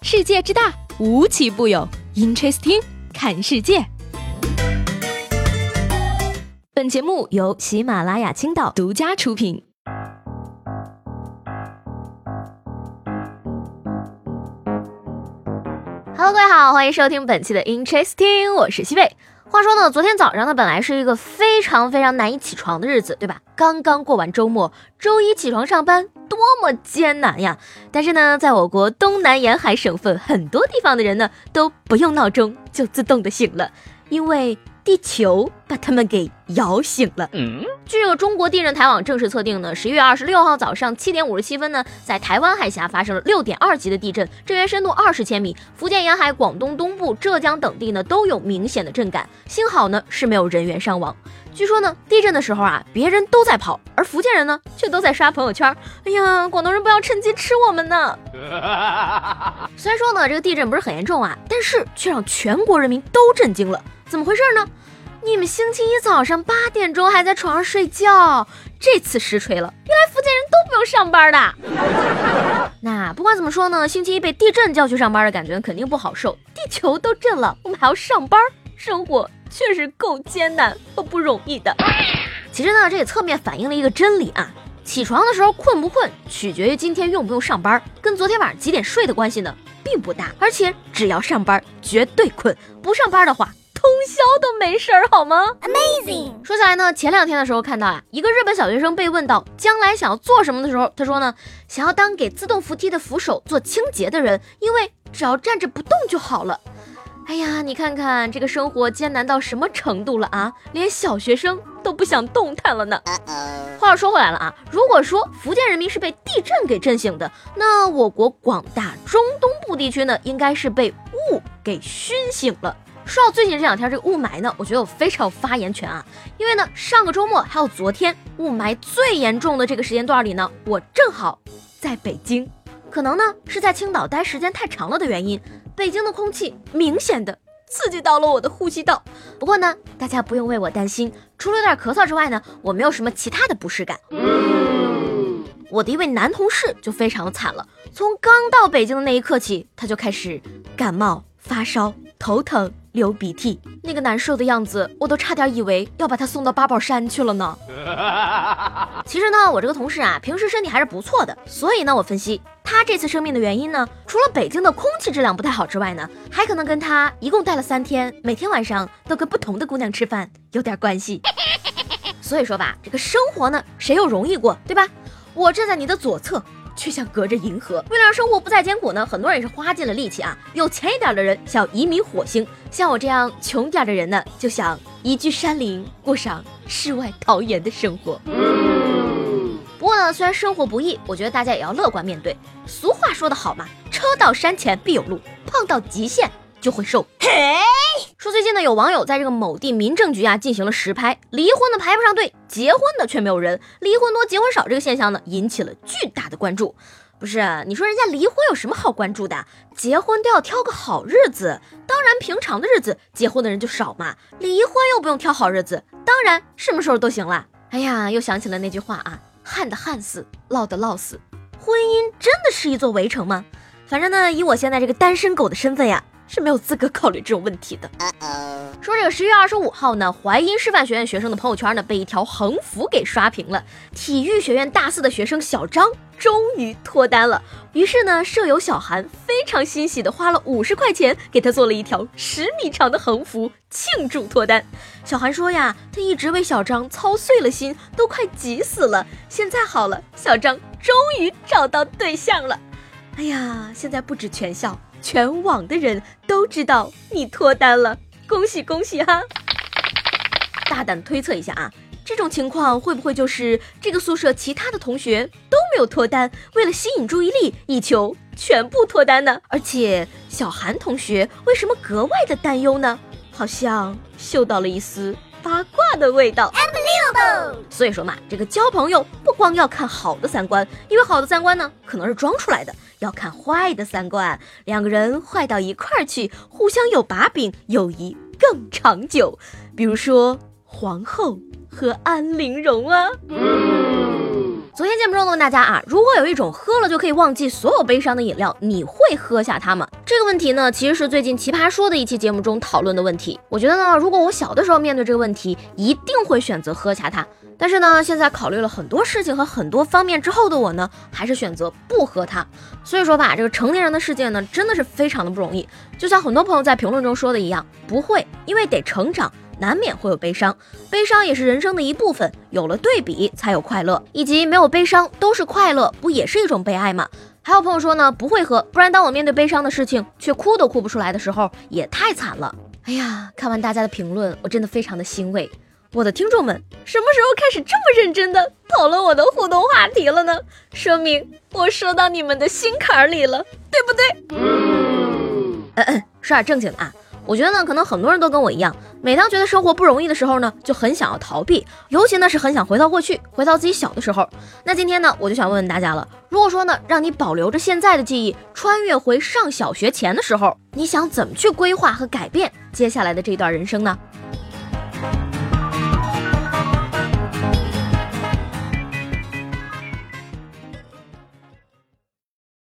世界之大，无奇不有。Interesting， 看世界。本节目由喜马拉雅青岛独家出品。 Hello， 各位好，欢迎收听本期的 Interesting， 我是西贝。话说呢，昨天早上呢，本来是一个非常难以起床的日子，对吧？刚刚过完周末，周一起床上班，多么艰难呀！但是呢，在我国东南沿海省份很多地方的人呢，都不用闹钟就自动的醒了，因为地球把他们给摇醒了。据这个中国地震台网正式测定呢，11月26号早上7点57分呢，在台湾海峡发生了6.2级的地震，震源深度20千米，福建沿海、广东东部、浙江等地呢都有明显的震感，幸好呢是没有人员伤亡。据说呢，地震的时候啊，别人都在跑，而福建人呢却都在刷朋友圈。哎呀，广东人不要趁机吃我们呢！虽然说呢，这个地震不是很严重啊，但是却让全国人民都震惊了。怎么回事呢？你们星期一早上8点钟还在床上睡觉，这次实锤了，原来福建人都不用上班的。那不管怎么说呢，星期一被地震叫去上班的感觉肯定不好受，地球都震了，我们还要上班，生活确实够艰难和不容易的。其实呢，这也侧面反映了一个真理啊，起床的时候困不困，取决于今天用不用上班，跟昨天晚上几点睡的关系呢并不大，而且只要上班绝对困，不上班的话通宵都没事儿好吗 ？Amazing！ 说起来呢，前2天的时候看到一个日本小学生被问到将来想要做什么的时候，他说呢，想要当给自动扶梯的扶手做清洁的人，因为只要站着不动就好了。哎呀，你看看这个生活艰难到什么程度了啊，连小学生都不想动弹了呢。话说回来了啊，如果说福建人民是被地震给震醒的，那我国广大中东部地区呢，应该是被雾给熏醒了。说到最近这2天这个雾霾呢，我觉得我非常有发言权啊，因为呢上个周末还有昨天雾霾最严重的这个时间段里呢，我正好在北京，可能呢是在青岛待时间太长了的原因，北京的空气明显的刺激到了我的呼吸道。不过呢，大家不用为我担心，除了有点咳嗽之外呢，我没有什么其他的不适感。我的一位男同事就非常的惨了，从刚到北京的那一刻起，他就开始感冒、发烧、头疼、流鼻涕，那个难受的样子，我都差点以为要把他送到八宝山去了呢。其实呢，我这个同事啊，平时身体还是不错的，所以呢，我分析他这次生病的原因呢，除了北京的空气质量不太好之外呢，还可能跟他一共待了3天，每天晚上都跟不同的姑娘吃饭有点关系。所以说吧，这个生活呢，谁又容易过，对吧？我站在你的左侧，却像隔着银河。为了让生活不再艰苦呢，很多人是花尽了力气啊。有钱一点的人想移民火星，像我这样穷点的人呢，就想移居山林，过上世外桃源的生活。不过呢，虽然生活不易，我觉得大家也要乐观面对。俗话说得好嘛，车到山前必有路，胖到极限就会瘦。说最近呢，有网友在这个某地民政局啊进行了实拍，离婚的排不上队，结婚的却没有人，离婚多结婚少这个现象呢引起了巨大的关注。不是，你说人家离婚有什么好关注的？结婚都要挑个好日子，当然平常的日子结婚的人就少嘛，离婚又不用挑好日子，当然什么时候都行了。哎呀，又想起了那句话啊，旱的旱死，涝的涝死，婚姻真的是一座围城吗？反正呢，以我现在这个单身狗的身份呀，是没有资格考虑这种问题的。说这个11月25号呢，淮阴师范学院学生的朋友圈呢被一条横幅给刷屏了。体育学院大4的学生小张终于脱单了，于是呢，舍友小韩非常欣喜的花了50块钱给他做了一条10米长的横幅，庆祝脱单。小韩说呀，他一直为小张操碎了心，都快急死了。现在好了，小张终于找到对象了。哎呀，现在不止全校，全网的人都知道你脱单了，恭喜恭喜哈！大胆推测一下啊，这种情况会不会就是这个宿舍其他的同学都没有脱单，为了吸引注意力，以求全部脱单呢？而且小韩同学为什么格外的担忧呢？好像嗅到了一丝八卦的味道。所以说嘛，这个交朋友不光要看好的三观，因为好的三观呢可能是装出来的，要看坏的三观，两个人坏到一块儿去，互相有把柄，友谊更长久。比如说皇后和安陵容啊。 昨天节目中问大家如果有一种喝了就可以忘记所有悲伤的饮料，你会喝下它吗？这个问题呢，其实是最近奇葩说的一期节目中讨论的问题。我觉得呢，如果我小的时候面对这个问题，一定会选择喝下它。但是呢，现在考虑了很多事情和很多方面之后的我呢，还是选择不喝它。所以说吧，这个成年人的世界呢，真的是非常的不容易。就像很多朋友在评论中说的一样，不会，因为得成长。难免会有悲伤，悲伤也是人生的一部分，有了对比才有快乐，以及没有悲伤都是快乐，不也是一种悲哀吗？还有朋友说呢，不会喝，不然当我面对悲伤的事情却哭都哭不出来的时候，也太惨了。哎呀，看完大家的评论，我真的非常的欣慰。我的听众们，什么时候开始这么认真的讨论我的互动话题了呢？说明我说到你们的心坎里了，对不对？说点正经的我觉得呢，可能很多人都跟我一样，每当觉得生活不容易的时候呢，就很想要逃避，尤其呢是很想回到过去，回到自己小的时候。那今天呢，我就想问问大家了，如果说呢，让你保留着现在的记忆，穿越回上小学前的时候，你想怎么去规划和改变接下来的这段人生呢？